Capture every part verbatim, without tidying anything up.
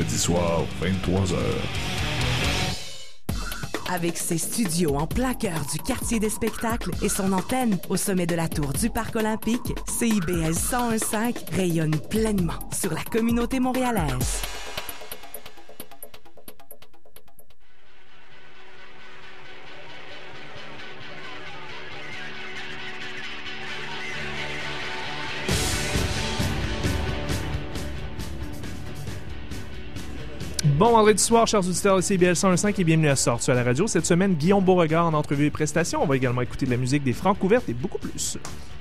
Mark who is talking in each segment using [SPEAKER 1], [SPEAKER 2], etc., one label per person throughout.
[SPEAKER 1] mercredi soir, vingt-trois heures.
[SPEAKER 2] Avec ses studios en plein cœur du quartier des spectacles et son antenne au sommet de la tour du Parc olympique, C I B L cent un virgule cinq rayonne pleinement sur la communauté montréalaise.
[SPEAKER 3] Bon vendredi soir, chers auditeurs de C B L cent un virgule cinq et bienvenue à Sortu à la radio. Cette semaine, Guillaume Beauregard en entrevue et prestations. On va également écouter de la musique, des francs couvertes et beaucoup plus.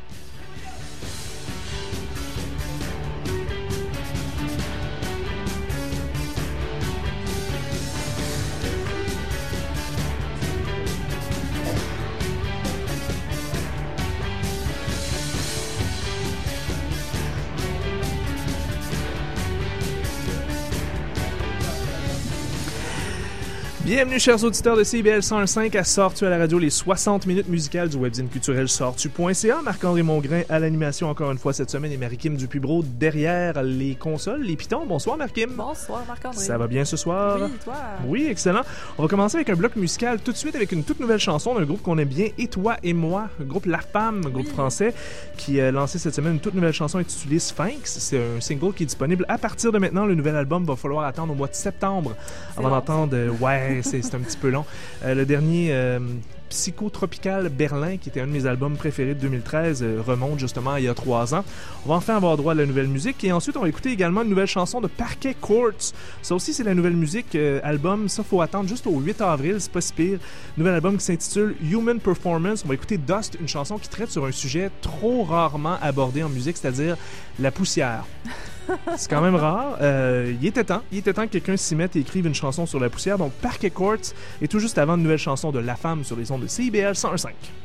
[SPEAKER 3] Bienvenue, chers auditeurs de C B L cent un virgule cinq à Sortu à la radio, les soixante minutes musicales du webzine culturel sortu point c a. Marc-André Mongrain à l'animation encore une fois cette semaine et Marie-Kim Dupuis-Brault derrière les consoles, les pitons. Bonsoir Marie-Kim.
[SPEAKER 4] Bonsoir Marc-André.
[SPEAKER 3] Ça va bien ce soir?
[SPEAKER 4] Oui, toi?
[SPEAKER 3] Oui, excellent. On va commencer avec un bloc musical tout de suite avec une toute nouvelle chanson d'un groupe qu'on aime bien, Et toi et moi, groupe La Femme, groupe oui. français, qui a lancé cette semaine une toute nouvelle chanson intitulée Sphinx. C'est un single qui est disponible à partir de maintenant. Le nouvel album va falloir attendre au mois de septembre c'est avant long, d'entendre... Euh, ouais, c'est, c'est un petit peu long. Euh, le dernier euh, Psychotropical Berlin, qui était un de mes albums préférés de deux mille treize, euh, remonte justement il y a trois ans. On va enfin avoir droit à la nouvelle musique et ensuite on va écouter également une nouvelle chanson de Parquet Courts. Ça aussi c'est la nouvelle musique euh, album. Ça faut attendre juste au huit avril, c'est pas si pire. Nouvel album qui s'intitule Human Performance. On va écouter Dust, une chanson qui traite sur un sujet trop rarement abordé en musique, c'est-à-dire la poussière. C'est quand même rare. Euh, il était temps. Il était temps que quelqu'un s'y mette et écrive une chanson sur la poussière. Donc, Parquet Courts et tout juste avant une nouvelle chanson de La Femme sur les ondes de C I B L cent un virgule cinq.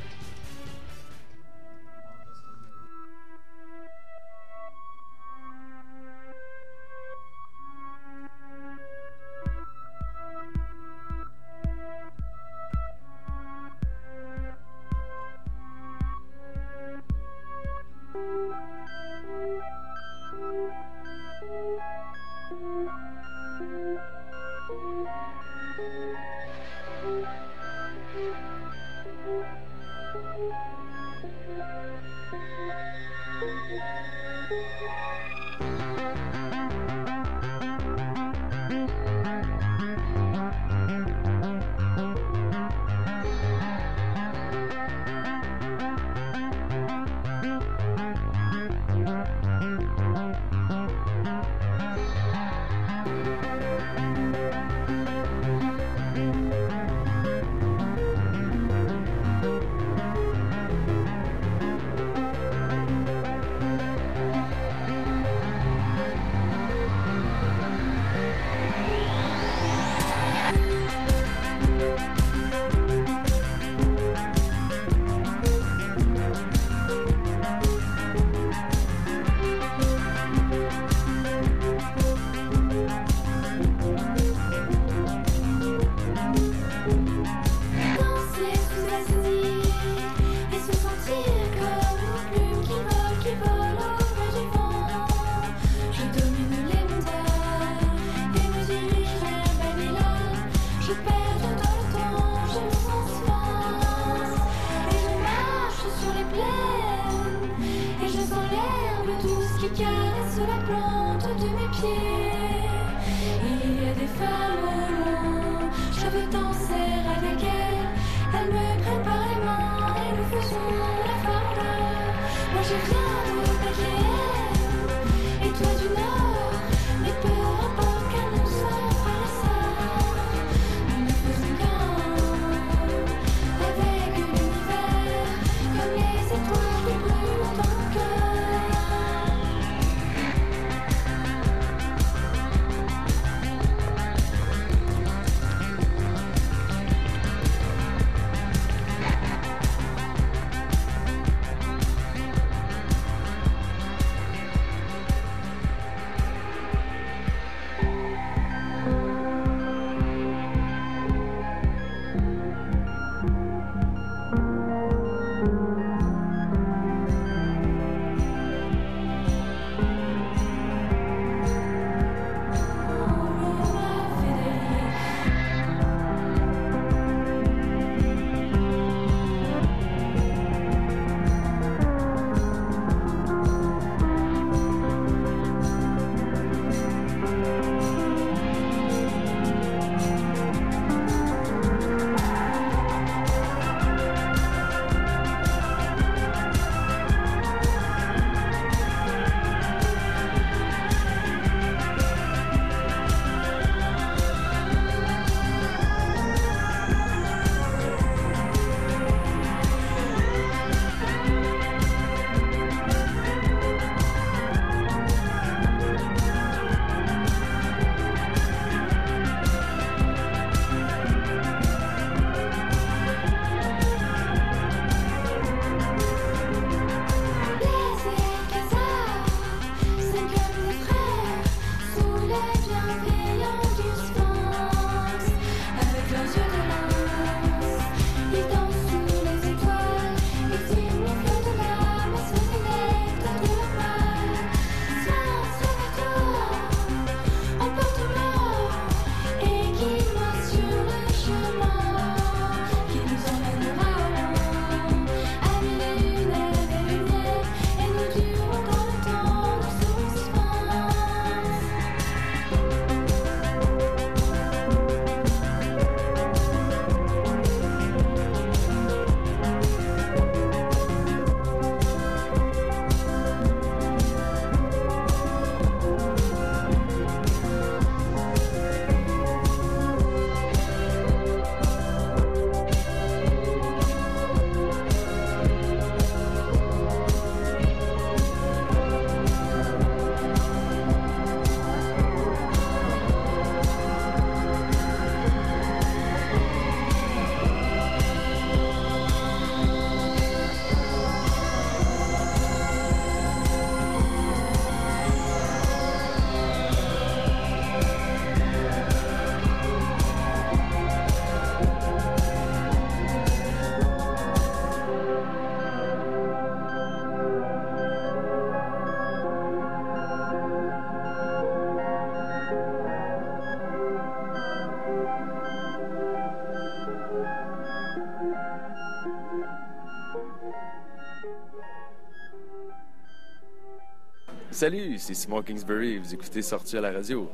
[SPEAKER 4] Salut, c'est Simon Kingsbury, vous écoutez Sortu à la radio.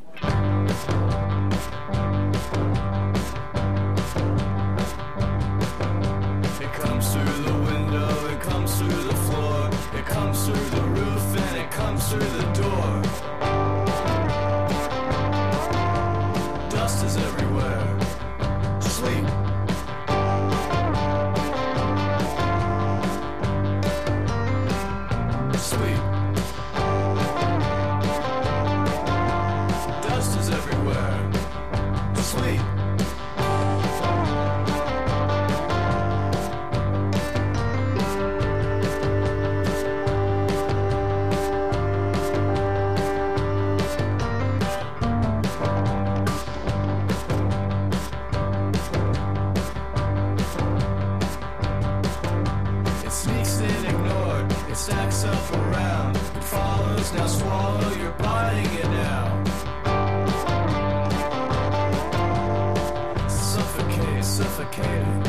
[SPEAKER 5] It comes through the window, it comes through the floor, it comes through the roof and it comes through the door. Dust is everywhere. Sleep. Sleep. Dust is everywhere. Sleep. It sneaks in ignored, it stacks up around, it follows, now swallow, you're biting it now. Suffocate, suffocating.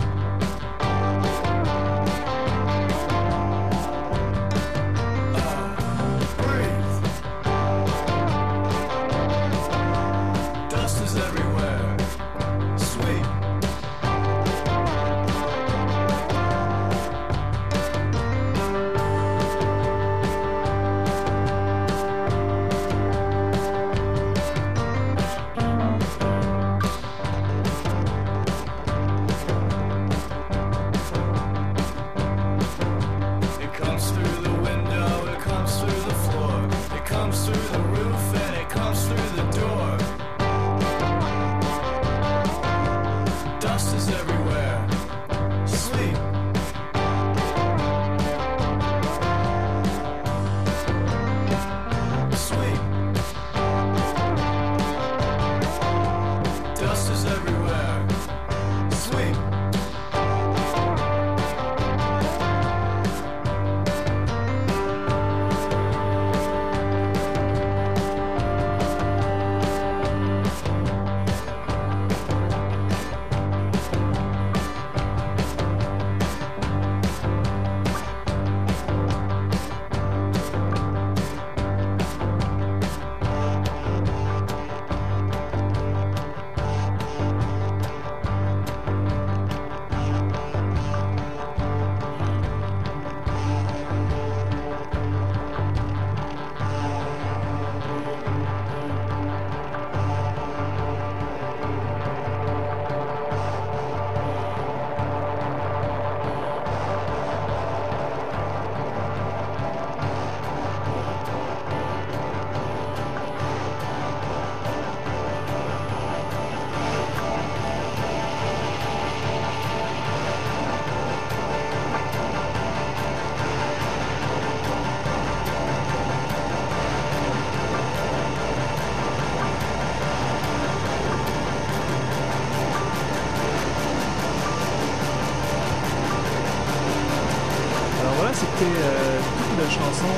[SPEAKER 5] Ah, breathe. Dust is everywhere. Sweet. It comes through the window, it comes through the floor, it comes through the roof and it comes through the door. Dust is everywhere. Sleep. Sweet. Dust is everywhere. Sweet.
[SPEAKER 3] Alors voilà, c'était euh, une belle chanson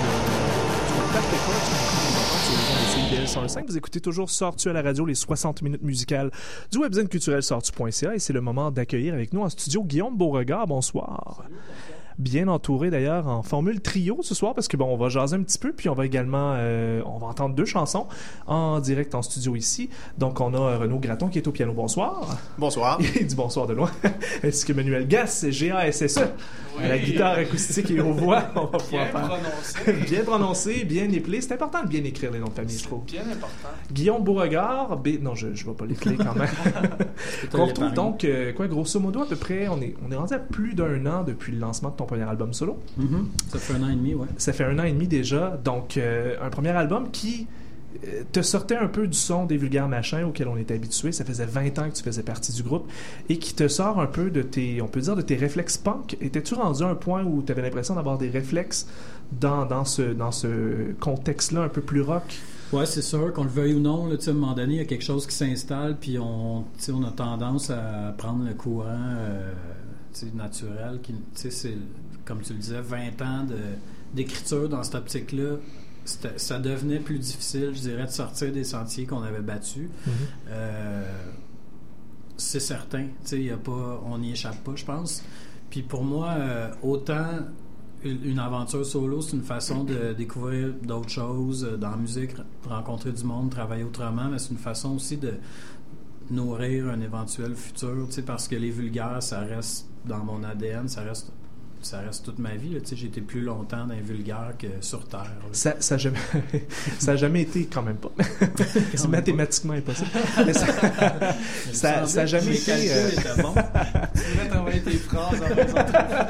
[SPEAKER 3] euh, de Pat Records sur les ondes de C I B L cent un cinq. Vous écoutez toujours Sortu à la radio, les soixante minutes musicales du webzine culturel sortu point c a, et c'est le moment d'accueillir avec nous en studio Guillaume Beauregard. Bonsoir. Bien entouré d'ailleurs en formule trio ce soir, parce que bon, on va jaser un petit peu, puis on va également euh, on va entendre deux chansons en direct en studio ici. Donc on a Renaud Gratton qui est au piano. Bonsoir.
[SPEAKER 6] Bonsoir.
[SPEAKER 3] Il dit bonsoir de loin. Ainsi que Manuel Gass, G A S S E, oui, à la guitare acoustique et aux voix. On va pouvoir
[SPEAKER 7] Bien
[SPEAKER 3] faire.
[SPEAKER 7] prononcé.
[SPEAKER 3] Bien prononcé, bien éplé. C'est important de bien écrire les noms de famille, je trouve.
[SPEAKER 7] Bien important.
[SPEAKER 3] Guillaume Beauregard, B... non, je ne vais pas l'écrire quand même. On retrouve donc, euh, quoi, grosso modo, à peu près, on est, on est rendu à plus d'un an depuis le lancement de ton premier album solo.
[SPEAKER 6] Mm-hmm. Ça fait un an et demi, ouais.
[SPEAKER 3] Ça fait un an et demi déjà. Donc, euh, un premier album qui euh, te sortait un peu du son des vulgaires machins auquel on était habitué. Ça faisait vingt ans que tu faisais partie du groupe et qui te sort un peu de tes, on peut dire, de tes réflexes punk. Étais-tu rendu à un point où tu avais l'impression d'avoir des réflexes dans, dans, ce, dans ce contexte-là un peu plus rock?
[SPEAKER 6] Ouais, c'est sûr, qu'on le veuille ou non, là, à un moment donné, il y a quelque chose qui s'installe, puis on, on a tendance à prendre le courant euh, naturel. Qui, c'est, comme tu le disais, vingt ans de, d'écriture dans cette optique-là. Ça devenait plus difficile, je dirais, de sortir des sentiers qu'on avait battus. Mm-hmm. Euh, c'est certain, y a pas, on n'y échappe pas, je pense. Puis pour moi, euh, autant une aventure solo, c'est une façon de découvrir d'autres choses dans la musique, rencontrer du monde, travailler autrement, mais c'est une façon aussi de nourrir un éventuel futur, tu sais, parce que les vulgaires, ça reste dans mon A D N, ça reste ça reste toute ma vie. Là. Tu sais, j'ai été plus longtemps dans les vulgaires que sur Terre. Là.
[SPEAKER 3] Ça n'a jamais... ça a jamais été, quand même pas. C'est mathématiquement pas. impossible. Mais ça ça, ça a jamais été... Euh...
[SPEAKER 6] Bon. Tu devrais t'envoyer tes phrases en raison.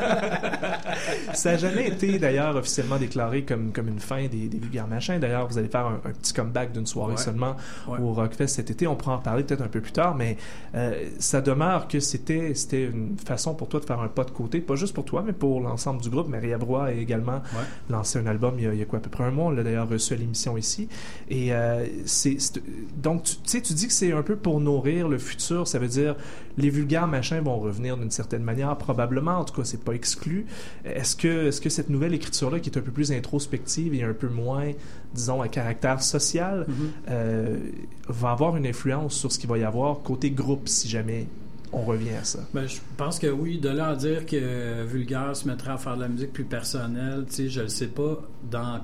[SPEAKER 3] Ça n'a jamais été, d'ailleurs, officiellement déclaré comme, comme une fin des, des vulgaires machins. D'ailleurs, vous allez faire un, un petit comeback d'une soirée
[SPEAKER 6] ouais.
[SPEAKER 3] seulement
[SPEAKER 6] ouais.
[SPEAKER 3] au Rockfest cet été. On pourra en parler peut-être un peu plus tard, mais euh, ça demeure que c'était, c'était une façon pour toi de faire un pas de côté, pas juste pour toi, mais pour l'ensemble du groupe. Maria Broy a également
[SPEAKER 6] ouais.
[SPEAKER 3] lancé un album il y, a, il y a quoi, à peu près un mois. On l'a d'ailleurs reçu à l'émission ici. Et euh, c'est, c'est... donc, tu sais, tu dis que c'est un peu pour nourrir le futur. Ça veut dire les vulgaires machins vont revenir d'une certaine manière, probablement. En tout cas, c'est pas exclu. Est-ce que, est-ce que cette nouvelle écriture-là, qui est un peu plus introspective et un peu moins, disons, à caractère social, mm-hmm. euh, va avoir une influence sur ce qu'il va y avoir côté groupe, si jamais on revient à ça?
[SPEAKER 6] Ben, je pense que oui. De là à dire que Vulgaire se mettrait à faire de la musique plus personnelle, tu sais, je ne sais pas dans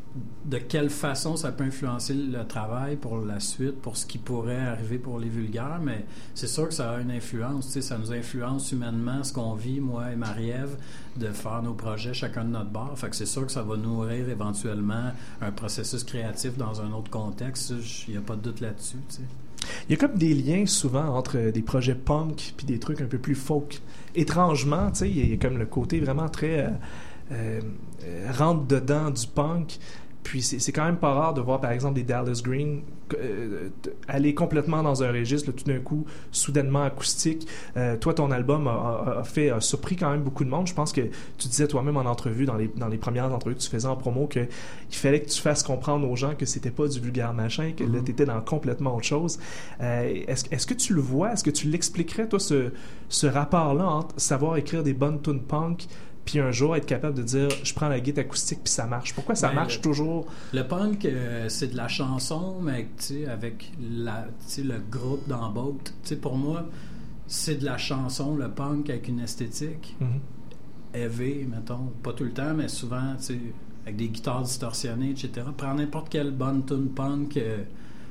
[SPEAKER 6] de quelle façon ça peut influencer le travail pour la suite, pour ce qui pourrait arriver pour les Vulgaires, mais c'est sûr que ça a une influence. Tu sais, ça nous influence humainement ce qu'on vit, moi et Marie-Ève, de faire nos projets chacun de notre bord. Fait que c'est sûr que ça va nourrir éventuellement un processus créatif dans un autre contexte. Il n'y a pas de doute là-dessus, tu sais.
[SPEAKER 3] Il y a comme des liens souvent entre des projets punk puis des trucs un peu plus folk. Étrangement, tu sais, il y a comme le côté vraiment très euh, euh, rentre-dedans du punk. Puis c'est, c'est quand même pas rare de voir, par exemple, des Dallas Green euh, aller complètement dans un registre, là, tout d'un coup, soudainement acoustique. Euh, toi, ton album a, a, a fait a surpris quand même beaucoup de monde. Je pense que tu disais toi-même en entrevue, dans les, dans les premières entrevues que tu faisais en promo, qu'il fallait que tu fasses comprendre aux gens que c'était pas du vulgaire machin, que mm-hmm. là, t'étais dans complètement autre chose. Euh, est-ce, est-ce que tu le vois? Est-ce que tu l'expliquerais, toi, ce, ce rapport-là entre savoir écrire des bonnes tunes punk puis un jour être capable de dire je prends la guitare acoustique puis ça marche? Pourquoi ça ben, marche
[SPEAKER 6] le,
[SPEAKER 3] toujours?
[SPEAKER 6] Le punk, euh, c'est de la chanson, mais avec la, le groupe dans Boat. Pour moi, c'est de la chanson, le punk avec une esthétique mm-hmm. heavy, mettons. Pas tout le temps, mais souvent, avec des guitares distorsionnées, et cetera. Prends n'importe quelle bonne tune punk, euh,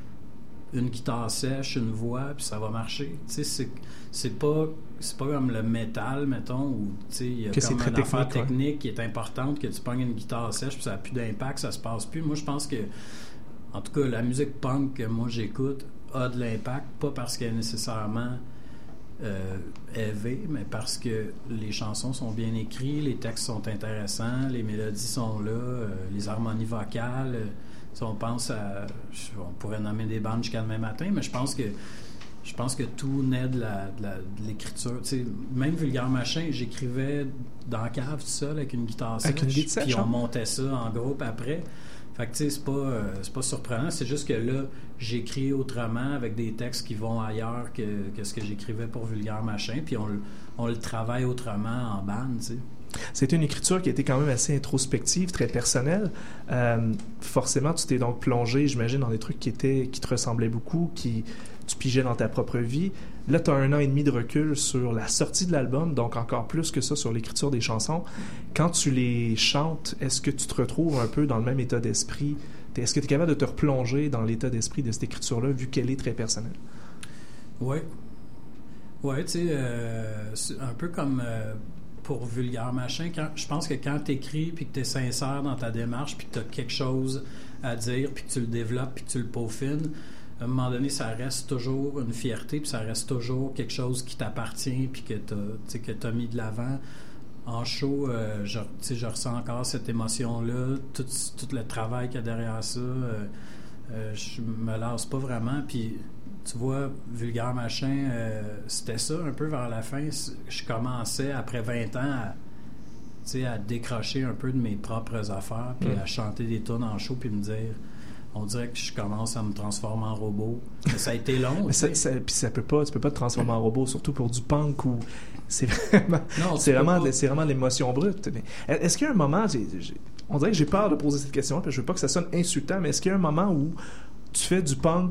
[SPEAKER 6] une guitare sèche, une voix, puis ça va marcher. C'est, c'est pas... C'est pas comme le métal, mettons, où il y a
[SPEAKER 3] que
[SPEAKER 6] comme une affaire technique
[SPEAKER 3] ouais.
[SPEAKER 6] qui est importante, que tu pognes une guitare sèche puis ça n'a plus d'impact, ça se passe plus. Moi, je pense que, en tout cas, la musique punk que moi j'écoute a de l'impact, pas parce qu'elle est nécessairement euh, élevée, mais parce que les chansons sont bien écrites, les textes sont intéressants, les mélodies sont là, euh, les harmonies vocales. Euh, si on pense à... On pourrait nommer des bandes jusqu'à demain matin, mais je pense que Je pense que tout naît de, la, de, la, de l'écriture. Tu sais, même Vulgaire Machin, j'écrivais dans la cave tout seul avec une guitare sèche.
[SPEAKER 3] Avec une guitare
[SPEAKER 6] puis
[SPEAKER 3] sèche,
[SPEAKER 6] on
[SPEAKER 3] hein?
[SPEAKER 6] montait ça en groupe après. Fait que tu sais, c'est pas, euh, c'est pas surprenant. C'est juste que là, j'écris autrement avec des textes qui vont ailleurs que, que ce que j'écrivais pour Vulgaire Machin. Puis on, on le travaille autrement en bande, tu sais.
[SPEAKER 3] C'est une écriture qui a été quand même assez introspective, très personnelle. Euh, forcément, tu t'es donc plongé, j'imagine, dans des trucs qui étaient, qui te ressemblaient beaucoup, qui tu pigeais dans ta propre vie. Là, tu as un an et demi de recul sur la sortie de l'album, donc encore plus que ça sur l'écriture des chansons. Quand tu les chantes, est-ce que tu te retrouves un peu dans le même état d'esprit? Est-ce que tu es capable de te replonger dans l'état d'esprit de cette écriture-là, vu qu'elle est très personnelle?
[SPEAKER 6] Oui. Oui, tu sais, euh, c'est un peu comme... Euh, pour Vulgaire Machin, quand, je pense que quand tu écris puis que tu es sincère dans ta démarche puis que tu as quelque chose à dire puis que tu le développes puis que tu le peaufines, à un moment donné, ça reste toujours une fierté puis ça reste toujours quelque chose qui t'appartient puis que tu as mis de l'avant. En show, euh, je, je ressens encore cette émotion-là, tout, tout le travail qu'il y a derrière ça. Euh, euh, je me lasse pas vraiment puis tu vois, Vulgaire Machin, euh, c'était ça un peu vers la fin. Je commençais, après vingt ans, à, à décrocher un peu de mes propres affaires, puis mm. à chanter des tunes en show, puis me dire, on dirait que je commence à me transformer en robot. Mais ça a été long.
[SPEAKER 3] Mais ça, ça, puis ça peut pas, tu peux pas te transformer en robot, surtout pour du punk où c'est vraiment, non, c'est vraiment, de, c'est vraiment de l'émotion brute. Mais est-ce qu'il y a un moment, j'ai, j'ai, on dirait que j'ai peur de poser cette question, parce que je veux pas que ça sonne insultant, mais est-ce qu'il y a un moment où tu fais du punk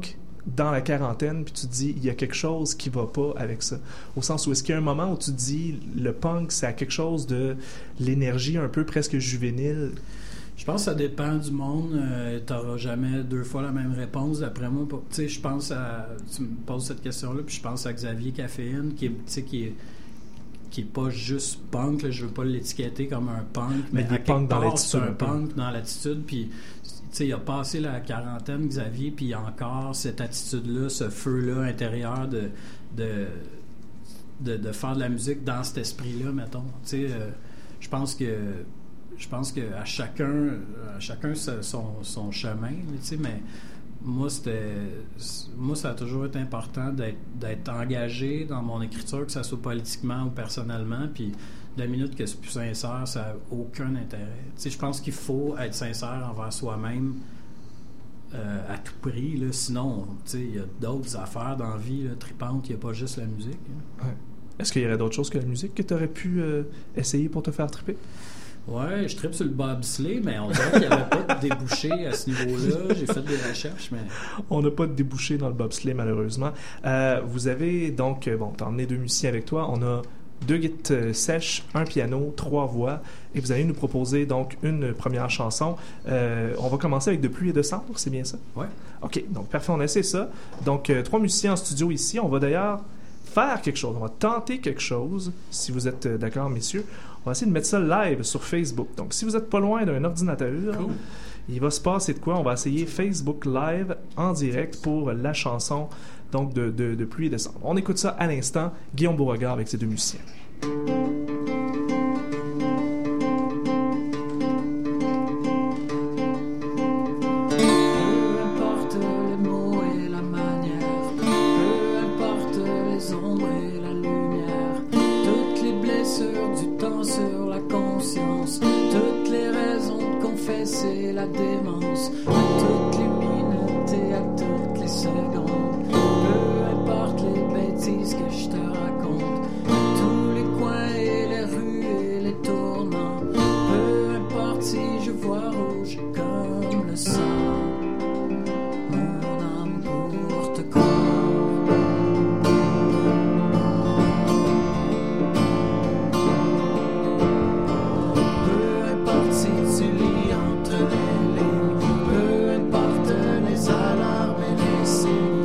[SPEAKER 3] dans la quarantaine, puis tu te dis, il y a quelque chose qui va pas avec ça. Au sens où est-ce qu'il y a un moment où tu te dis, le punk, ça a quelque chose de l'énergie un peu presque juvénile?
[SPEAKER 6] Je pense que ça dépend du monde. Euh, tu n'auras jamais deux fois la même réponse, d'après moi. Tu sais, je pense à... Tu me poses cette question-là, puis je pense à Xavier Caféine, qui est, tu sais, qui est, qui est pas juste punk. Là, je veux pas l'étiqueter comme un punk, mais, mais à quelque part, c'est un punk dans l'attitude. Puis, tu sais, il a passé la quarantaine, Xavier, puis il a encore cette attitude-là, ce feu-là intérieur de, de, de, de faire de la musique dans cet esprit-là, mettons. Tu sais, euh, je pense que... Je pense qu'à chacun, à chacun son, son chemin, tu sais, mais moi, c'était, moi, ça a toujours été important d'être, d'être engagé dans mon écriture, que ça soit politiquement ou personnellement, puis de la minute que c'est plus sincère, ça n'a aucun intérêt. Tu sais, je pense qu'il faut être sincère envers soi-même euh, à tout prix, là, sinon, tu sais, il y a d'autres affaires dans la vie, là, tripantes, il n'y a pas juste la musique.
[SPEAKER 3] Ouais. Est-ce qu'il y aurait d'autres choses que la musique que tu aurais pu euh, essayer pour te faire triper?
[SPEAKER 6] Ouais, je tripe sur le bobsleigh, mais on dirait qu'il n'y avait pas de débouché à ce niveau-là. J'ai fait des recherches, mais...
[SPEAKER 3] On n'a pas de débouché dans le bobsleigh, malheureusement. Euh, vous avez donc... Bon, t'as emmené deux musiciens avec toi. On a deux guitares sèches, un piano, trois voix. Et vous allez nous proposer donc une première chanson. Euh, on va commencer avec De pluie et de cendre, c'est bien ça?
[SPEAKER 6] Ouais.
[SPEAKER 3] OK, donc parfait, on essaie ça. Donc, euh, trois musiciens en studio ici. On va d'ailleurs faire quelque chose. On va tenter quelque chose, si vous êtes euh, d'accord, messieurs. On va essayer de mettre ça live sur Facebook. Donc, si vous n'êtes pas loin d'un ordinateur, cool. Il va se passer de quoi? On va essayer Facebook Live en direct pour la chanson donc de, de, de Pluie et de cendre. On écoute ça à l'instant. Guillaume Beauregard avec ses deux musiciens.
[SPEAKER 7] C'est la démence à toutes les minutes et à toutes les secondes. Peu importe les bêtises que je te raconte, à tous les coins et les rues et les tournants. Peu importe si je vois rouge comme le sang, mon âme pour te croire. Peu importe si tu lis entre les lignes, peu importe les alarmes et les signes.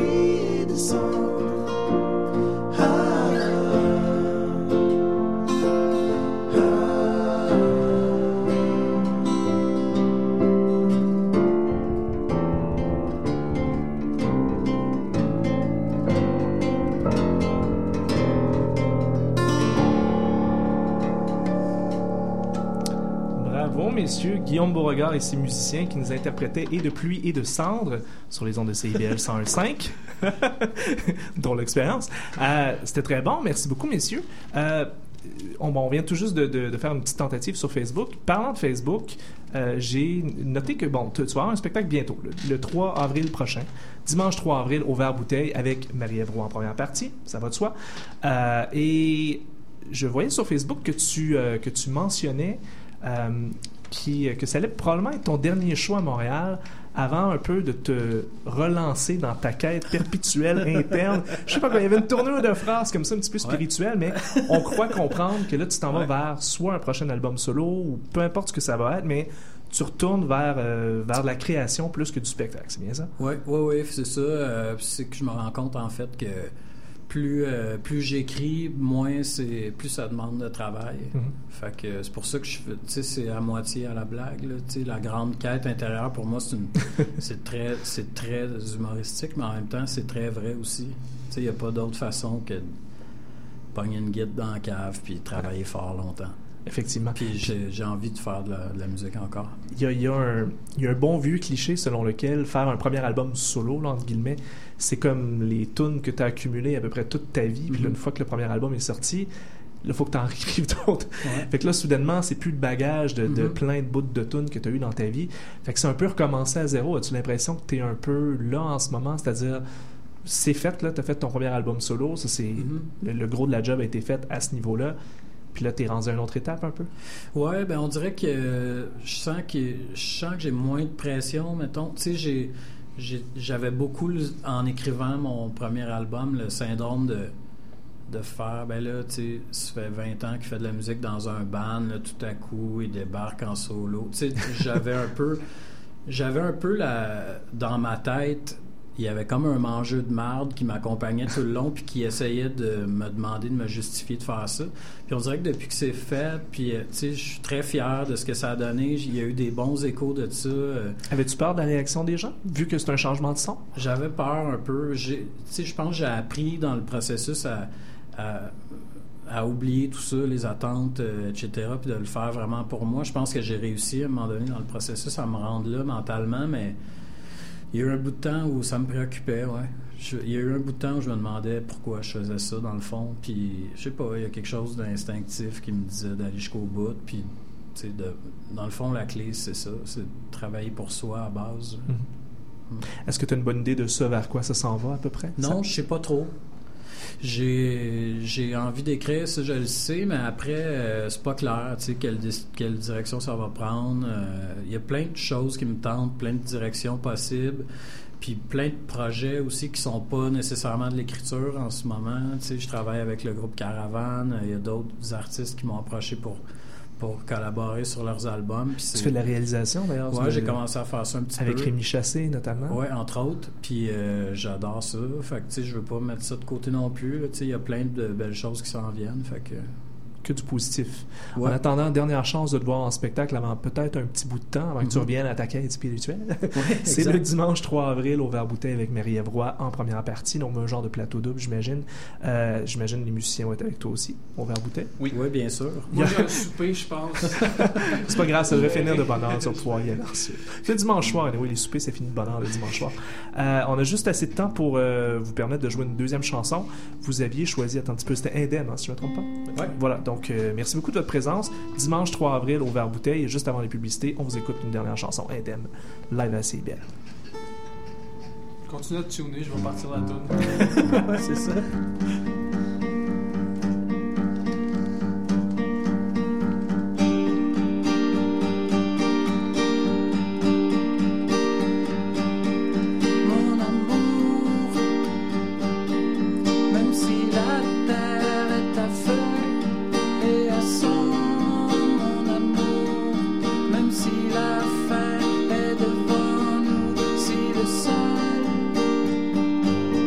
[SPEAKER 7] pluie descendre. Ah, ah.
[SPEAKER 3] Bravo, messieurs. Guillaume Beauregard et ses musiciens qui nous interprétaient Et de pluie et de cendre sur les ondes de C I B L cent un virgule cinq. Dont l'expérience. Euh, c'était très bon. Merci beaucoup, messieurs. Euh, on, bon, on vient tout juste de, de, de faire une petite tentative sur Facebook. Parlant de Facebook, euh, j'ai noté que, bon, tu, tu vas avoir un spectacle bientôt, le, le trois avril prochain. Dimanche trois avril, au Vert-Bouteille, avec Marie-Ève Roy en première partie. Ça va de soi. Euh, et je voyais sur Facebook que tu, euh, que tu mentionnais euh, qui, que ça allait probablement être ton dernier show à Montréal avant un peu de te relancer dans ta quête perpétuelle interne. Je sais pas quoi, il y avait une tournure de phrases comme ça, un petit peu spirituelle, ouais. Mais on croit comprendre que là, tu t'en vas ouais. vers soit un prochain album solo ou peu importe ce que ça va être, mais tu retournes vers, euh, vers la création plus que du spectacle. C'est bien ça?
[SPEAKER 6] Oui, oui, oui, c'est ça. Euh, c'est que je me rends compte, en fait, que plus, euh, plus j'écris, moins c'est plus ça demande de travail. Mm-hmm. Fait que c'est pour ça que je fais, tu sais, c'est à moitié à la blague, là, tu sais, la grande quête intérieure, pour moi, c'est une, c'est très, c'est très humoristique, mais en même temps, c'est très vrai aussi. Tu sais, il n'y a pas d'autre façon que de pogner une guide dans la cave puis travailler fort longtemps.
[SPEAKER 3] Effectivement.
[SPEAKER 6] Puis j'ai, j'ai envie de faire de la, de la musique encore.
[SPEAKER 3] Il y a, il y a un, il y a un bon vieux cliché selon lequel faire un premier album solo, là, entre guillemets, c'est comme les tunes que tu as accumulées à peu près toute ta vie. Puis mm-hmm. là, une fois que le premier album est sorti, il faut que tu en écrives d'autres. Ouais. Fait que là, soudainement, c'est plus de bagage de, de mm-hmm. plein de bouts de tunes que tu as eu dans ta vie. Fait que c'est un peu recommencer à zéro. As-tu l'impression que tu es un peu là en ce moment? C'est-à-dire, c'est fait, là, tu as fait ton premier album solo. Ça, c'est, mm-hmm. le, le gros de la job a été fait à ce niveau-là. Puis là, t'es rendu à une autre étape un peu? Ouais,
[SPEAKER 6] ben on dirait que euh, je sens que je sens que j'ai moins de pression, mettons. Tu sais, j'ai, j'ai j'avais beaucoup, en écrivant mon premier album, le syndrome de de faire, ben là, tu sais, ça fait vingt ans qu'il fait de la musique dans un band, là, tout à coup, il débarque en solo. Tu sais, j'avais un peu, j'avais un peu la, dans ma tête, il y avait comme un mangeux de marde qui m'accompagnait tout le long puis qui essayait de me demander de me justifier de faire ça. Puis on dirait que depuis que c'est fait, puis tu sais, je suis très fier de ce que ça a donné. Il y a eu des bons échos de ça.
[SPEAKER 3] Avais-tu peur de la réaction des gens, vu que c'est un changement de son?
[SPEAKER 6] J'avais peur un peu. Tu sais, je pense que j'ai appris dans le processus à, à, à oublier tout ça, les attentes, euh, et cetera, puis de le faire vraiment pour moi. Je pense que j'ai réussi à un moment donné dans le processus à me rendre là mentalement, mais il y a eu un bout de temps où ça me préoccupait, ouais. Je, il y a eu un bout de temps où je me demandais pourquoi je faisais ça, dans le fond. Puis, je sais pas, il y a quelque chose d'instinctif qui me disait d'aller jusqu'au bout. Puis, tu sais, de, dans le fond, la clé, c'est ça. C'est de travailler pour soi à base.
[SPEAKER 3] Mm-hmm. Mm. Est-ce que tu as une bonne idée de ça, vers quoi ça s'en va, à peu près?
[SPEAKER 6] Non, je sais pas trop. J'ai, j'ai envie d'écrire, ça je le sais, mais après, euh, c'est pas clair, tu sais, quelle, quelle direction ça va prendre. Il euh, y a plein de choses qui me tentent, plein de directions possibles, puis plein de projets aussi qui sont pas nécessairement de l'écriture en ce moment. Tu sais, je travaille avec le groupe Caravane, il y a d'autres artistes qui m'ont approché pour... pour collaborer sur leurs albums. Puis
[SPEAKER 3] tu fais de la réalisation, d'ailleurs?
[SPEAKER 6] Oui, j'ai commencé à faire ça un petit
[SPEAKER 3] avec
[SPEAKER 6] peu.
[SPEAKER 3] Avec Rémi Chassé, notamment?
[SPEAKER 6] Oui, entre autres. Puis euh, j'adore ça. Fait que, tu sais, je veux pas mettre ça de côté non plus. Tu sais, il y a plein de belles choses qui s'en viennent. Fait que...
[SPEAKER 3] que du positif.
[SPEAKER 6] Ouais.
[SPEAKER 3] En attendant, dernière chance de te voir en spectacle avant peut-être un petit bout de temps, avant mm-hmm. que tu reviennes à ta quête spirituelle. Ouais, c'est le dimanche trois avril au Vert-Bouteille avec Marie-Ève Roy en première partie, donc un genre de plateau double, j'imagine. Euh, j'imagine les musiciens vont être avec toi aussi, au Vert-Bouteille.
[SPEAKER 6] Oui, oui, bien sûr.
[SPEAKER 8] Moi, j'ai un souper, je pense.
[SPEAKER 3] C'est pas grave, ça devrait finir de bonne heure, tu vas pouvoir y aller ensuite. C'est le dimanche soir, oui, les soupers, c'est fini de bonne heure le dimanche soir. Euh, on a juste assez de temps pour euh, vous permettre de jouer une deuxième chanson. Vous aviez choisi, attends un petit peu, c'était Indemne, hein, si je ne me trompe pas.
[SPEAKER 6] Oui.
[SPEAKER 3] Voilà, donc euh, merci beaucoup de votre présence. Dimanche trois avril au Vert-Bouteille, et juste avant les publicités, on vous écoute une dernière chanson, Indemne, live à C I B L.
[SPEAKER 8] Continue à tuner, je vais partir la toune.
[SPEAKER 3] Ouais, c'est ça.
[SPEAKER 7] Devant nous, si le sol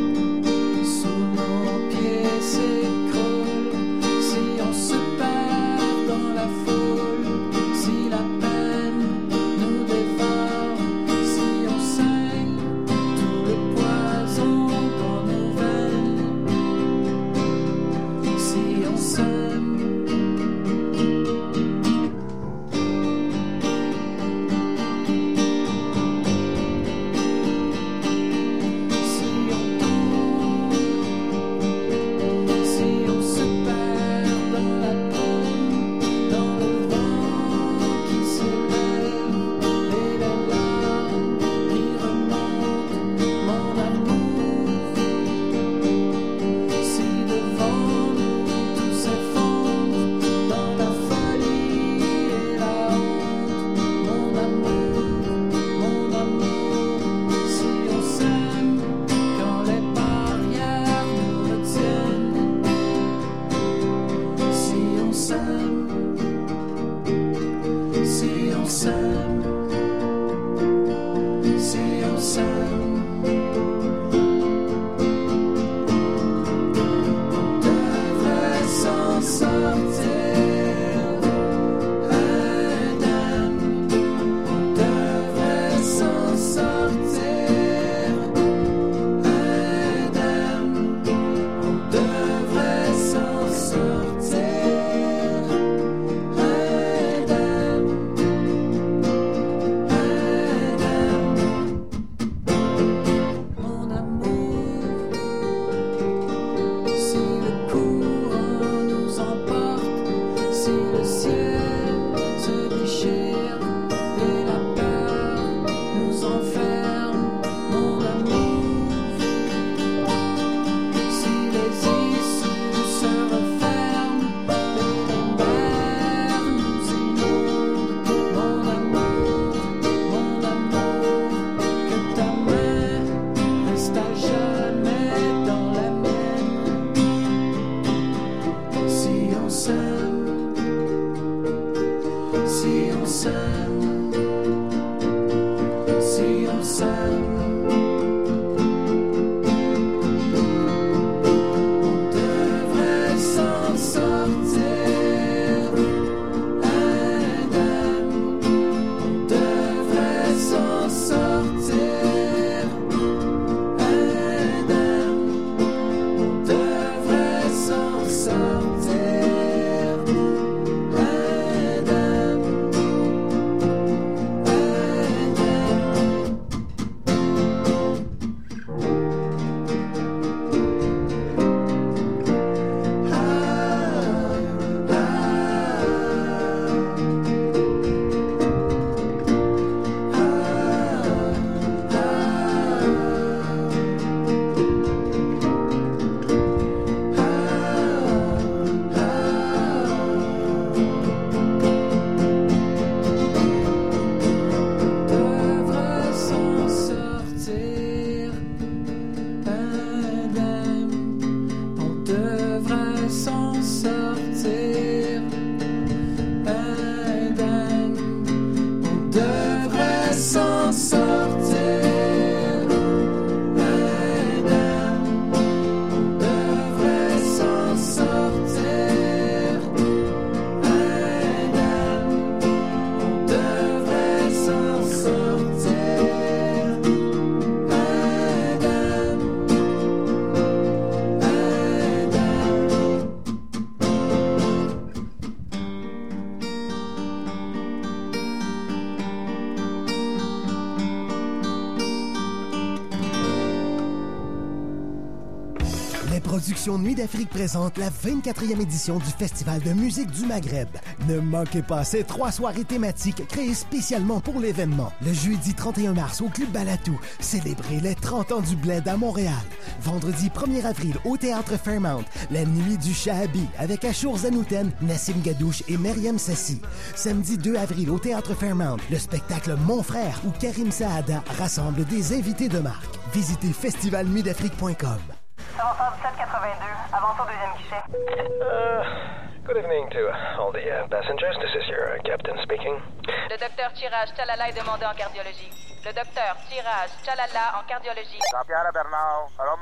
[SPEAKER 9] Production Nuit d'Afrique présente la vingt-quatrième édition du Festival de musique du Maghreb. Ne manquez pas ces trois soirées thématiques créées spécialement pour l'événement. Le jeudi trente et un mars au Club Balatou, célébrez les trente ans du Bled à Montréal. Vendredi premier avril au Théâtre Fairmount, la nuit du Shahabi avec Achour Zanouten, Nassim Gadouche et Myriam Sassi. Samedi deux avril au Théâtre Fairmount, le spectacle Mon Frère où Karim Saada rassemble des invités de marque. Visitez festival nuit d'afrique point com.
[SPEAKER 10] Avançon dix-sept quatre-vingt-deux, avance au deuxième guichet.
[SPEAKER 11] Uh, good evening to all the uh, passengers. This is your uh, captain speaking.
[SPEAKER 10] Le docteur Tirage Tchalala est demandé en cardiologie. Le docteur Tirage Tchalala en cardiologie.
[SPEAKER 12] Jean-Pierre Bernard, allô, ma moyenne de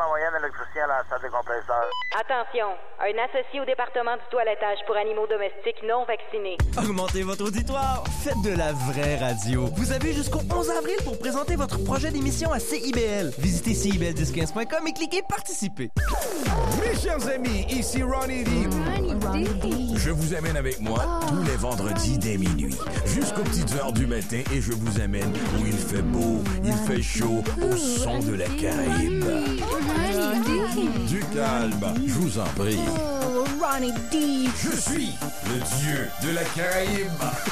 [SPEAKER 12] électricien à la salle de compresseur.
[SPEAKER 10] Attention, un associé au département du toilettage pour animaux domestiques non vaccinés.
[SPEAKER 13] Augmentez votre auditoire, faites de la vraie radio. Vous avez jusqu'au onze avril pour présenter votre projet d'émission à C I B L. Visitez C I B L dix quinze point com et cliquez participer.
[SPEAKER 14] Mes chers amis, ici Ronnie D.
[SPEAKER 15] Ronnie D.
[SPEAKER 14] Je vous amène avec moi oh. tous les vendredis dès minuit, jusqu'aux petites heures du matin, et je vous amène où il fait beau, il fait chaud, au son de la Caraïbe. Du calme, je vous en prie.
[SPEAKER 15] Oh, Ronnie D.
[SPEAKER 14] Je suis le dieu de la Caraïbe.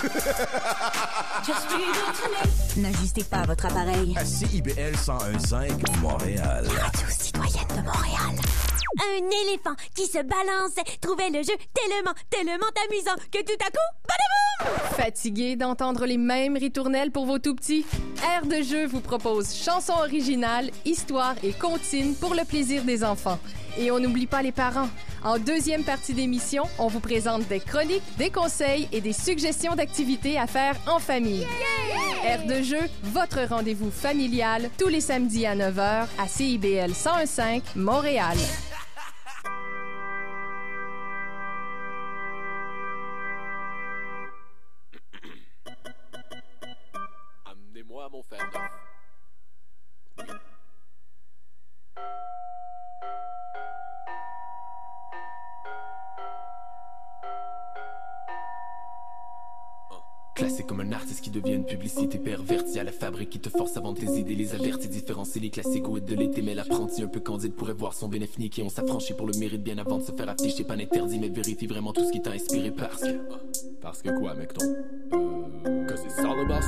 [SPEAKER 15] N'ajustez pas votre appareil.
[SPEAKER 14] À C I B L cent un virgule cinq, Montréal.
[SPEAKER 15] La radio citoyenne de Montréal. Un éléphant qui se balançait trouvait le jeu tellement, tellement amusant que tout à coup, badaboum!
[SPEAKER 16] Fatigué d'entendre les mêmes ritournelles pour vos tout-petits? Air de jeu vous propose chansons originales, histoires et comptines pour le plaisir des enfants. Et on n'oublie pas les parents. En deuxième partie d'émission, on vous présente des chroniques, des conseils et des suggestions d'activités à faire en famille. Yeah! Air de jeu, votre rendez-vous familial, tous les samedis à neuf heures à C I B L cent un virgule cinq, Montréal.
[SPEAKER 4] Amenez-moi mon fer neuf. Classé comme un artiste qui devient une publicité pervertie à la fabrique qui te force à vendre tes idées, les avertis, différencier les classiques ou de l'été. Mais l'apprenti un peu candide pourrait voir son bénéfice et on s'affranchit pour le mérite bien avant de se faire afficher. Pas interdit, mais vérifie vraiment tout ce qui t'a inspiré parce que... Parce que quoi, mec, ton? Euh... Cause it's all about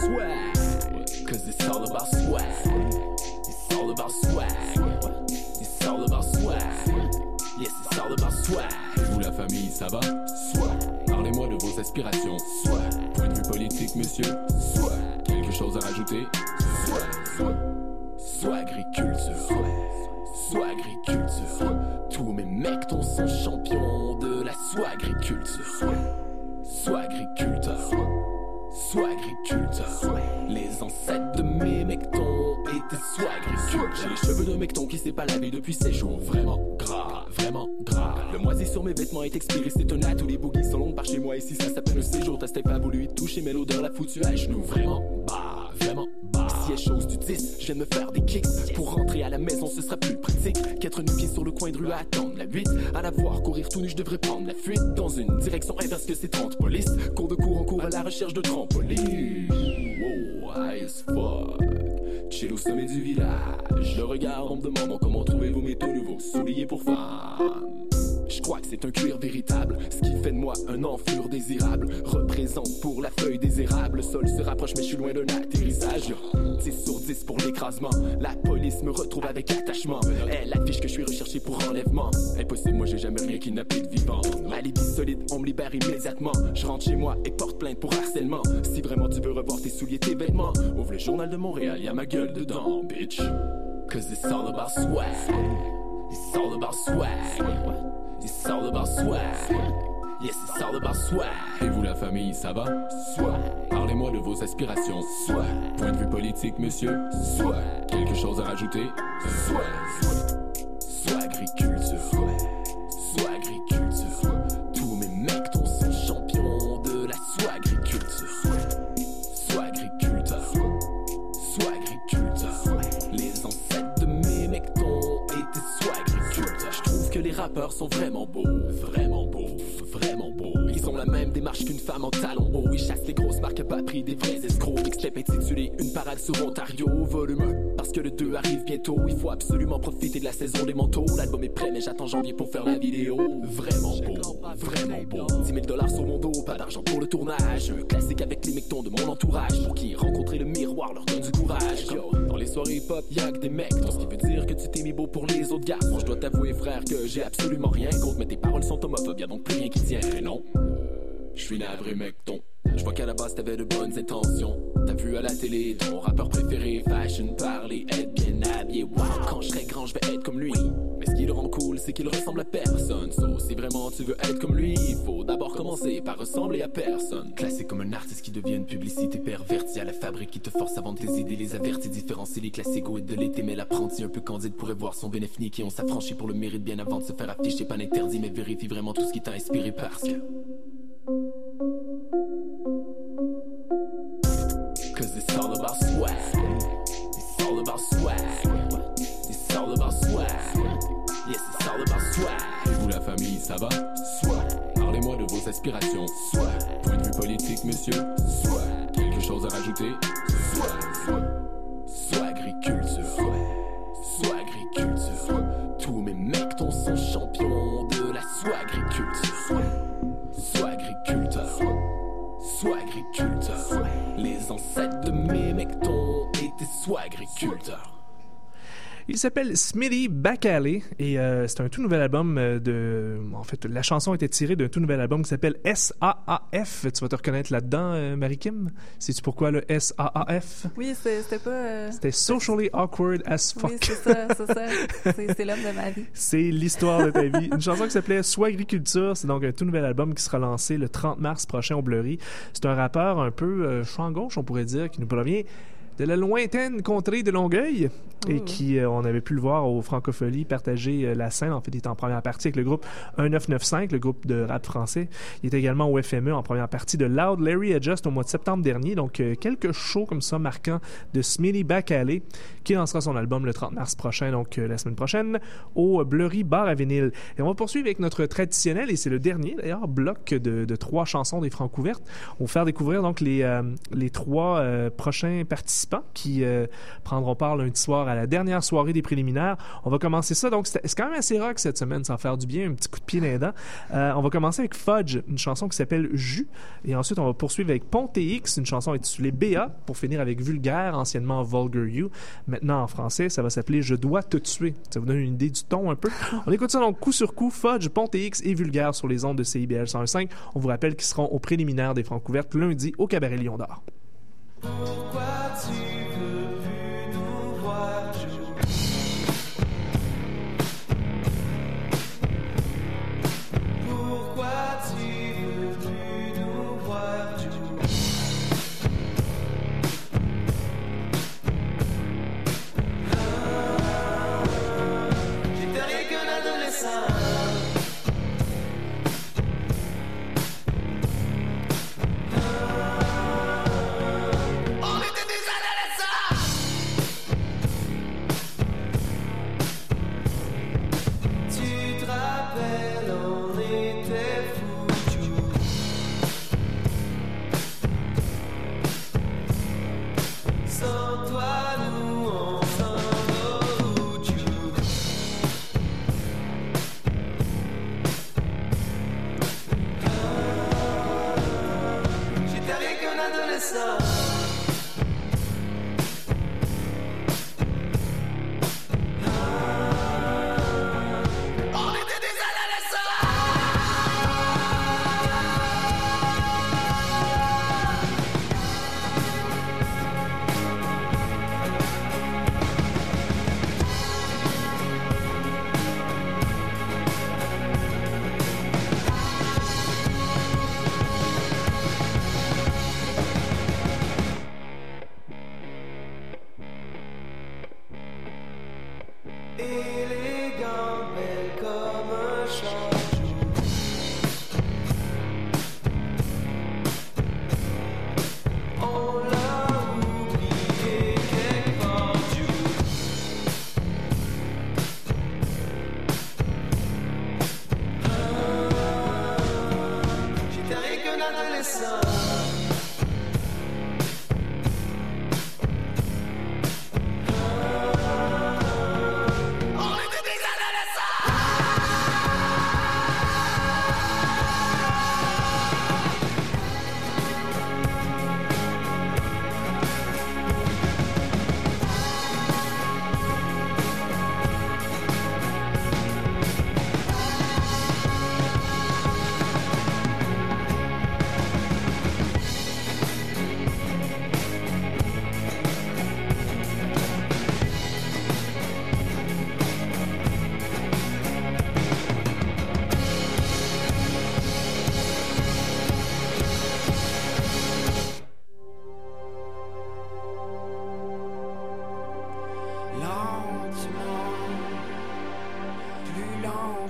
[SPEAKER 4] swag. Cause it's all about swag. It's all about swag. It's all about swag. Yes, it's all about swag. Et vous, la famille, ça va? Swag. Parlez-moi de vos aspirations. Swag. Point de vue politique, monsieur. Swag. Quelque chose à rajouter? Swag. Swag. Swag agriculture. Swag. Swag agriculture. Swag. Tous mes mecs sont champions de la swag agriculture. Swag. Swag agriculteur. Swag. Swag agriculteur. Les ancêtres de mes mectons étaient swag agriculteurs. J'ai les cheveux de mecton qui s'est pas lavé depuis sept jours. Vraiment gras, vraiment gras. Le moisi sur mes vêtements est expiré, c'est un atout. Les boogies sont longs par chez moi. Et si ça s'appelle un séjour, t'as pas voulu y toucher, mais l'odeur l'a foutu à genoux. Vraiment bas, vraiment bas. Si elle chose du dix, je viens de me faire des kicks. Pour rentrer à la maison, ce sera plus pratique qu'être nu pied sur le coin de rue à attendre la huit. À la voir courir tout nu, je devrais prendre la fuite dans une direction inverse que c'est trente police. Cours de cours en cours à la recherche de trampoline. Wow, high as fuck. Chill au sommet du village. Le regard en me demandant comment trouvez-vous mes tout nouveaux souliers pour femmes. Je crois que c'est un cuir véritable. Ce qui fait de moi un enflure désirable. Représente pour la feuille des érables. Le sol se rapproche mais je suis loin d'un atterrissage. dix sur dix pour l'écrasement. La police me retrouve avec attachement. Elle affiche que je suis recherché pour enlèvement. Impossible, moi j'ai jamais rien kidnappé de vivant. Alibi solide, on me libère immédiatement. Je rentre chez moi et porte plainte pour harcèlement. Si vraiment tu veux revoir tes souliers, tes vêtements, ouvre le journal de Montréal, y'a ma gueule dedans, bitch. Cause it's all about swag. It's all about swag. It's all about swag. Yes, it's all about swag. Et vous, la famille, ça va? Swag. Parlez-moi de vos aspirations. Swag. Point de vue politique, monsieur? Swag. Quelque chose à rajouter? Swag. Swag agriculture. Swag agriculture. Tous mes mecs sont champions de la swag agriculture. Swag agriculteur. Swag agriculteur. Les ancêtres de mes mecs étaient swag agriculteurs. Je trouve que les rappeurs sont vraiment beaux, vraiment beaux, vraiment beaux. Ils ont la même démarche qu'une femme en talons hauts. Ils chassent les grosses marques à bas prix, des vrais escrocs. Mixtape intitulé Une parade sur Ontario, volume un. Parce que le deux arrive bientôt, il faut absolument profiter de la saison des manteaux. L'album est prêt, mais j'attends janvier pour faire la vidéo. Vraiment beau, vraiment beau. dix mille dollars sur mon dos, pas d'argent pour le tournage. Un classique avec les mectons de mon entourage. Pour qui rencontrer le miroir leur donne du courage. Yo, dans les soirées hip-hop, y'a que des mecs. Ce qui veut dire que tu t'es mis beau pour les autres garçons. Je dois t'avouer, frère, que j'ai absolument rien contre, mais tes paroles sont homophobes, y'a donc plus rien qui tient, non? Je suis navré, mecton. Je vois qu'à la base t'avais de bonnes intentions. T'as vu à la télé ton rappeur préféré fashion parler, être bien habillé. Wow, quand je serai grand, je vais être comme lui. Mais ce qui le rend cool, c'est qu'il ressemble à personne. So, si vraiment tu veux être comme lui, il faut d'abord commencer par ressembler à personne. Classé comme un artiste qui devient une publicité pervertie à la fabrique qui te force à vendre tes idées, les avertis, différencier les classiques au de l'été. Mais l'apprenti un peu candide pourrait voir son bénéfice qui on s'affranchit pour le mérite bien avant de se faire afficher. Pas interdit, mais vérifie vraiment tout ce qui t'a inspiré parce que. Cause it's all about swag. It's all about swag. It's all about swag. Yes, it's all about swag. Et vous la famille, ça va? Swag. Parlez-moi de vos aspirations. Swag. Point de vue politique, monsieur. Swag. Quelque chose à rajouter? Swag. Swagriculture. Swag. Swagriculture. Tous mes mecs ton sont champions de la swagriculture. Swagriculteur. Swagriculteur. Les ancêtres de mes mectons étaient swagriculteurs.
[SPEAKER 3] Il s'appelle Smitty Back-Alley et euh, c'est un tout nouvel album de... En fait, la chanson était tirée d'un tout nouvel album qui s'appelle S A A F. Tu vas te reconnaître là-dedans, euh, Marie-Kim? Sais-tu pourquoi le S A A F?
[SPEAKER 17] Oui, c'était pas... Euh...
[SPEAKER 3] C'était Socially Awkward as Fuck.
[SPEAKER 17] Oui, c'est ça, c'est ça. C'est, c'est l'homme de ma vie.
[SPEAKER 3] C'est l'histoire de ta vie. Une chanson qui s'appelait Swagriculture. C'est donc un tout nouvel album qui sera lancé le trente mars prochain au Bleury. C'est un rappeur un peu euh, champ gauche, on pourrait dire, qui nous provient de la lointaine contrée de Longueuil et mmh. qui, euh, on avait pu le voir au Francofolie partager euh, la scène. En fait, il était en première partie avec le groupe un neuf neuf cinq, le groupe de rap français. Il est également au F M E en première partie de Loud Larry Adjust au mois de septembre dernier. Donc, euh, quelques shows comme ça marquants de Smitty Back-Alley qui lancera son album le trente mars prochain, donc euh, la semaine prochaine, au Bleury Bar à Vinyle. Et on va poursuivre avec notre traditionnel, et c'est le dernier d'ailleurs, bloc de, de trois chansons des Francouvertes. On va faire découvrir donc les, euh, les trois euh, prochains participants qui euh, prendront part lundi soir à la dernière soirée des préliminaires. On va commencer ça. Donc, c'est, c'est quand même assez rock cette semaine, sans faire du bien, un petit coup de pied dans les dents. Euh, on va commencer avec Fudge, une chanson qui s'appelle Jus. Et ensuite, on va poursuivre avec Ponte X, une chanson intitulée B A, pour finir avec Vulgaire, anciennement Vulgar You. Maintenant, en français, ça va s'appeler Je dois te tuer. Ça vous donne une idée du ton un peu. On écoute ça donc coup sur coup. Fudge, Ponte X et Vulgaire sur les ondes de C I B L cent un virgule cinq. On vous rappelle qu'ils seront aux préliminaires des Francouvertes lundi au Cabaret Lion d'Or.
[SPEAKER 5] Pourquoi tu veux plus nous voir jouer? Pourquoi tu veux plus nous voir jouer? Ah, j'étais rien qu'un adolescent.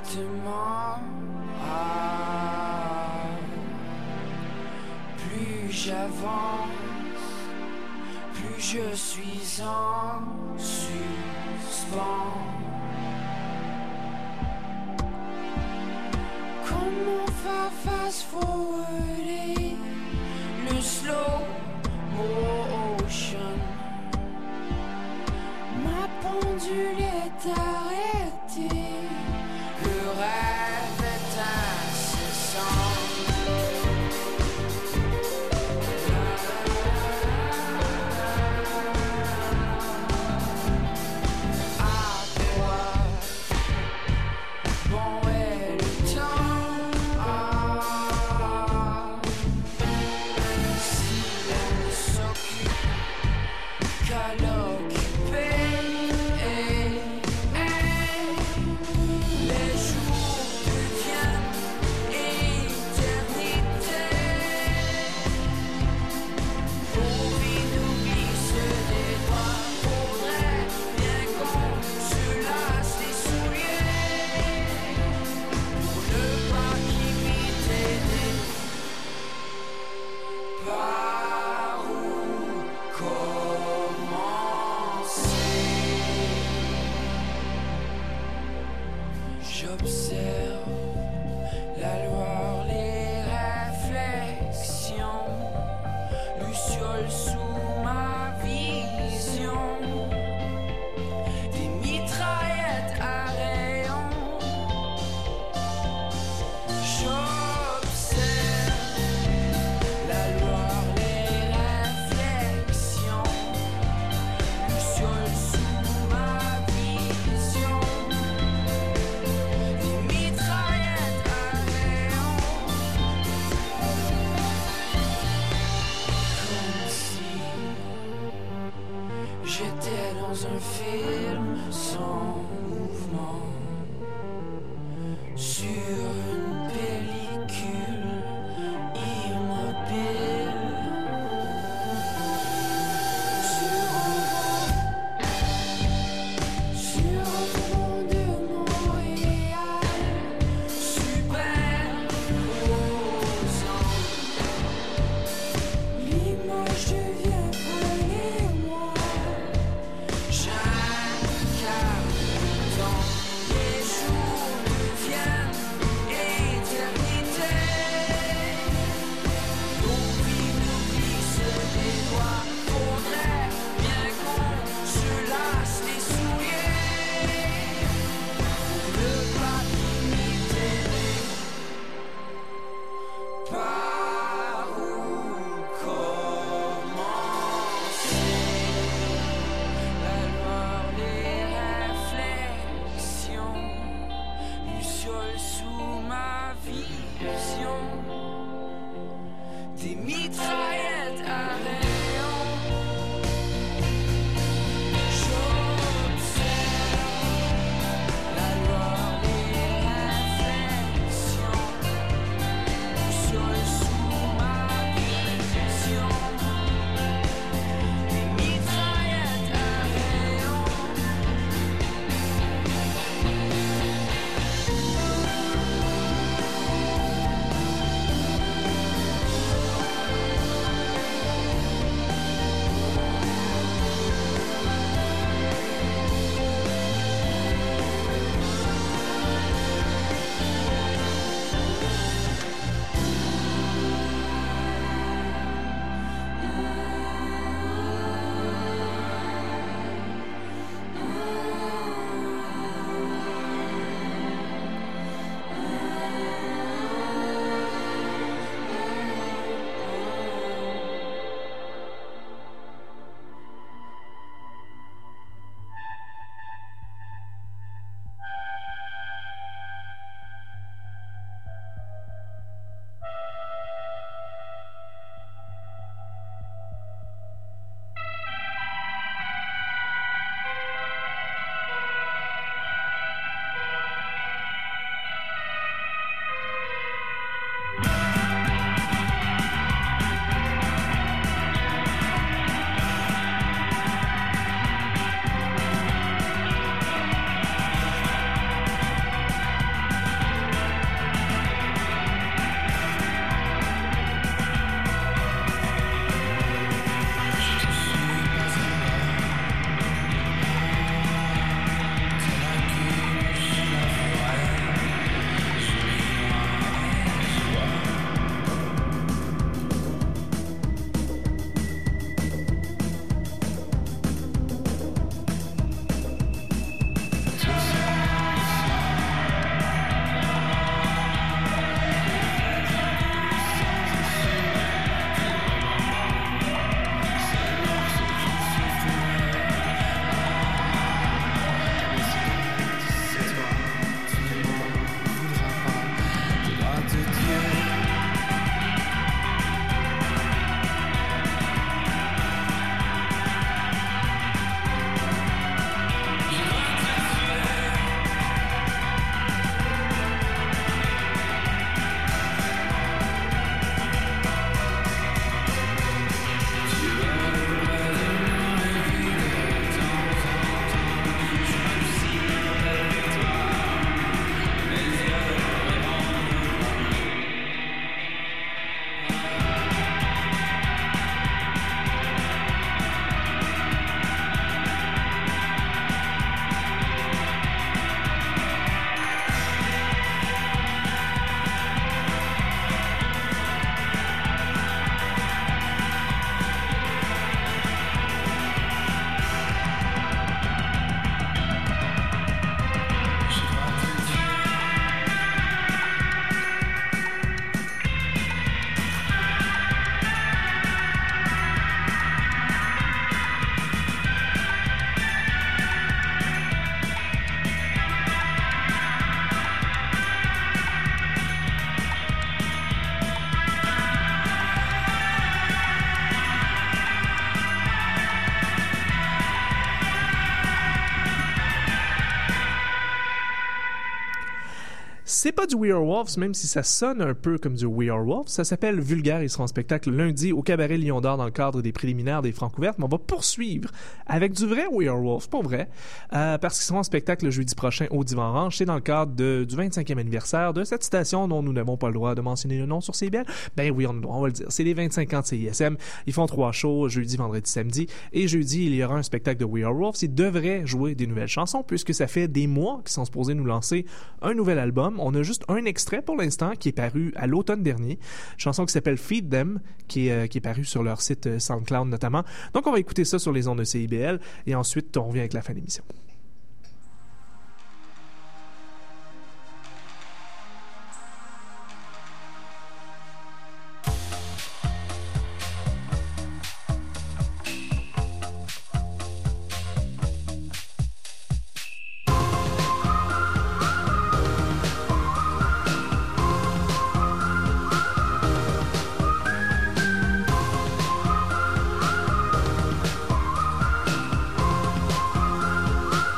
[SPEAKER 5] lentement. Ah, plus j'avance, plus je suis en suspens. Comment faire fast forwarder le slow motion? Ma pendule est arrêtée, le rêve est incessant. À quoi bon est le temps? Ah, si l'on ne s'occupe qu'à l'occuper. Les jours deviennent éternité. Pour vite oublie ce débat. Faudrait bien qu'on se lasse les souliers pour ne pas qu'imiter des. Par où commencer? J'observe la lueur, les réflexions, Luciole sous ma vision, des mitraillettes à rayons. J'observe la lueur, les réflexions, Luciole sous ma vision. Des mitraillettes à rayons. Comme si j'étais dans un film sans mouvement, sur une pellicule immobile. Sur un vent, sur un fond de Montréal, superposant. L'image devient vraie et moi j'incarne dans les jours deviennent éternité. N'oublie, n'oublie ce dédouan. Faudrait bien qu'on se lasse les souliers pour ne pas imiter les. Par où commencer? La lueur, les réflexions, Luciole sous ma vision, des mitraillettes à rayons. J'observe la lueur, les réflexions, Luciole sous ma vision, des mitraillettes à rayons.
[SPEAKER 3] C'est pas du We Are Wolves, même si ça sonne un peu comme du We Are Wolves. Ça s'appelle Vulgaire. Il sera en spectacle lundi au Cabaret Lion d'Or dans le cadre des préliminaires des Francouvertes. Mais on va poursuivre avec du vrai We Are Wolves, pour vrai, euh, parce qu'ils seront en spectacle le jeudi prochain au Divan Ranch. C'est dans le cadre de, du vingt-cinquième anniversaire de cette station dont nous n'avons pas le droit de mentionner le nom sur C I B L. Ben oui, on, on va le dire. C'est les vingt-cinq ans de C I S M. Ils font trois shows, jeudi, vendredi, samedi. Et jeudi, il y aura un spectacle de We Are Wolves. Ils devraient jouer des nouvelles chansons, puisque ça fait des mois qu'ils sont supposés nous lancer un nouvel album. On a juste un extrait pour l'instant qui est paru à l'automne dernier. Une chanson qui s'appelle Feed Them, qui est, euh, qui est parue sur leur site euh, SoundCloud notamment. Donc on va écouter ça sur les ondes de C I B L et ensuite on revient avec la fin de l'émission.
[SPEAKER 5] Thank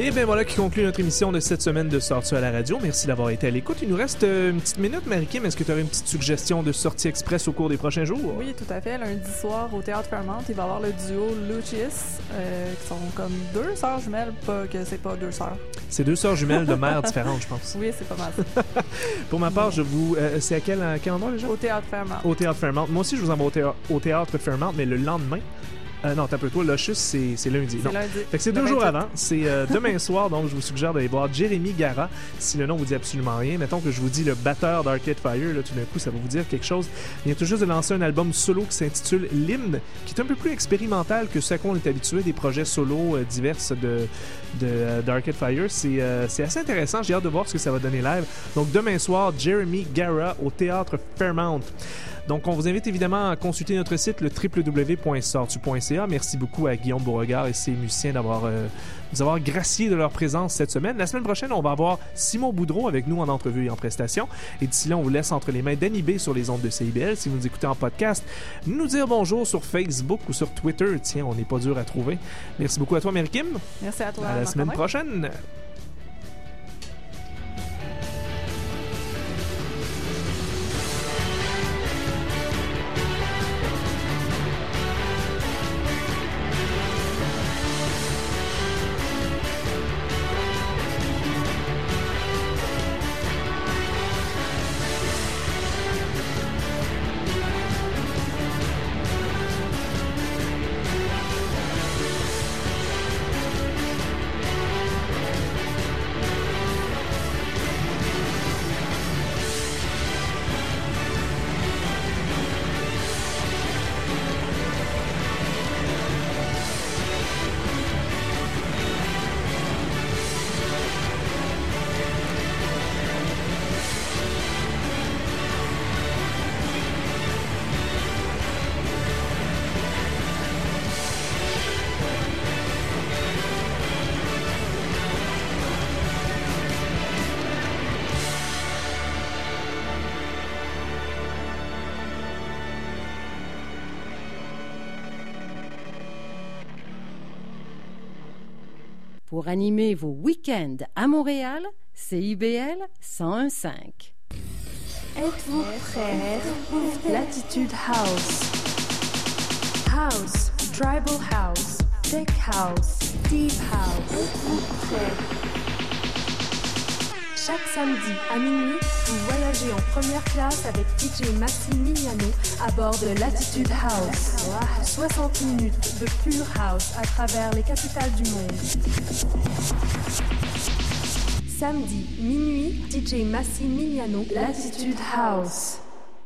[SPEAKER 3] Et bien voilà qui conclut notre émission de cette semaine de Sorties à la radio. Merci d'avoir été à l'écoute. Il nous reste euh, une petite minute, Marie-Kim. Est-ce que tu aurais une petite suggestion de sortie express au cours des prochains jours?
[SPEAKER 17] Oui, tout à fait. Lundi soir, au Théâtre Fairmont, il va y avoir le duo Lucius, euh, qui sont comme deux sœurs jumelles, pas que c'est pas deux sœurs.
[SPEAKER 3] C'est deux sœurs jumelles de mères différentes, je pense.
[SPEAKER 17] Oui, c'est pas mal ça.
[SPEAKER 3] Pour ma part, je vous... Euh, c'est à quel, à quel endroit déjà?
[SPEAKER 17] Au Théâtre Fairmont.
[SPEAKER 3] Au Théâtre Fairmont. Moi aussi, je vous envoie au, théâ- au Théâtre Fairmont, mais le lendemain. Euh, non, t'as peu toi, Lucius, c'est, c'est lundi.
[SPEAKER 17] C'est
[SPEAKER 3] non.
[SPEAKER 17] lundi.
[SPEAKER 3] Fait que c'est deux jours avant. C'est euh, demain soir, donc je vous suggère d'aller voir Jérémy Gara. Si le nom vous dit absolument rien, mettons que je vous dis le batteur d'Arcade Fire, là, tout d'un coup, ça va vous dire quelque chose. Il vient tout juste de lancer un album solo qui s'intitule L'Hymne, qui est un peu plus expérimental que ce à quoi on est habitué, des projets solo euh, divers de, de, euh, d'Arcade Fire. C'est, euh, c'est assez intéressant. J'ai hâte de voir ce que ça va donner live. Donc demain soir, Jérémy Gara au Théâtre Fairmont. Donc, on vous invite évidemment à consulter notre site, le w w w point sortu point c a. Merci beaucoup à Guillaume Beauregard et ses musiciens d'avoir euh, nous avoir gracié de leur présence cette semaine. La semaine prochaine, on va avoir Simon Boudreau avec nous en entrevue et en prestation. Et d'ici là, on vous laisse entre les mains d'Annie B sur les ondes de C I B L. Si vous nous écoutez en podcast, nous dire bonjour sur Facebook ou sur Twitter. Tiens, on n'est pas dur à trouver. Merci beaucoup à toi, Marie-Kim.
[SPEAKER 17] Merci à toi.
[SPEAKER 3] À la semaine prochaine.
[SPEAKER 18] Pour animer vos week-ends à Montréal, C I B L cent un virgule cinq.
[SPEAKER 19] Êtes-vous prêts? Latitude House. House, Tribal House, Tech House, Deep House. Êtes-vous prêts? Chaque samedi à minuit, vous voyagez en première classe avec D J Maxime Mignano à bord de Latitude House. soixante minutes de pure house à travers les capitales du monde. Samedi, minuit, D J Maxime Mignano, Latitude House.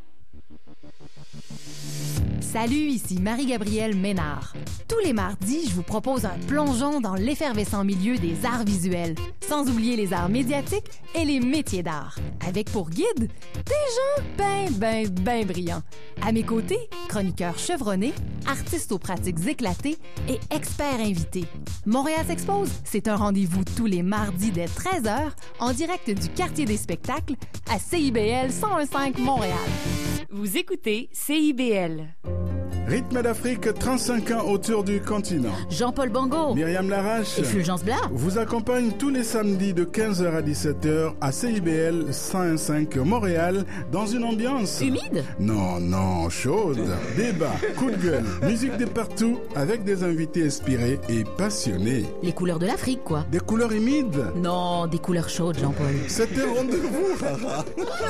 [SPEAKER 20] Salut, ici Marie-Gabrielle Ménard. Tous les mardis, je vous propose un plongeon dans l'effervescent milieu des arts visuels, sans oublier les arts médiatiques et les métiers d'art. Avec pour guide, des gens ben, ben, ben brillants. À mes côtés, chroniqueurs chevronnés, artistes aux pratiques éclatées et experts invités. Montréal s'expose, c'est un rendez-vous tous les mardis dès treize heures en direct du quartier des spectacles à C I B L cent un virgule cinq Montréal.
[SPEAKER 21] Vous écoutez C I B L.
[SPEAKER 22] Rythme d'Afrique, trente-cinq ans autour du continent.
[SPEAKER 20] Jean-Paul Bongo.
[SPEAKER 22] Myriam Larache.
[SPEAKER 20] Et Fulgence Blas.
[SPEAKER 22] Vous accompagne tous les samedis de quinze heures à dix-sept heures à C I B L cent un virgule cinq Montréal dans une ambiance...
[SPEAKER 20] Humide?
[SPEAKER 22] Non, non, chaude. Débat, coup de gueule, musique de partout avec des invités inspirés et passionnés.
[SPEAKER 20] Les couleurs de l'Afrique, quoi.
[SPEAKER 22] Des couleurs humides?
[SPEAKER 20] Non, des couleurs chaudes, Jean-Paul.
[SPEAKER 22] C'était le rendez-vous, Rara.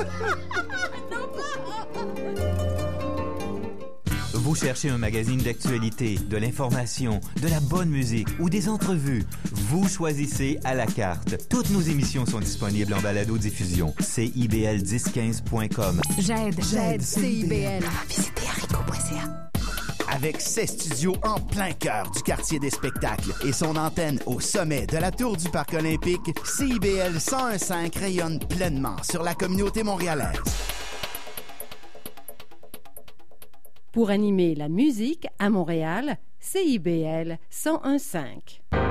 [SPEAKER 23] Vous cherchez un magazine d'actualité, de l'information, de la bonne musique ou des entrevues? Vous choisissez à la carte. Toutes nos émissions sont disponibles en balado-diffusion. C I B L dix quinze point com.
[SPEAKER 20] J'aide, j'aide C I B L.
[SPEAKER 21] Visitez haricot point c a.
[SPEAKER 24] Avec ses studios en plein cœur du quartier des spectacles et son antenne au sommet de la tour du Parc olympique, C I B L cent un virgule cinq rayonne pleinement sur la communauté montréalaise.
[SPEAKER 18] Pour animer la musique à Montréal, C I B L cent un virgule cinq.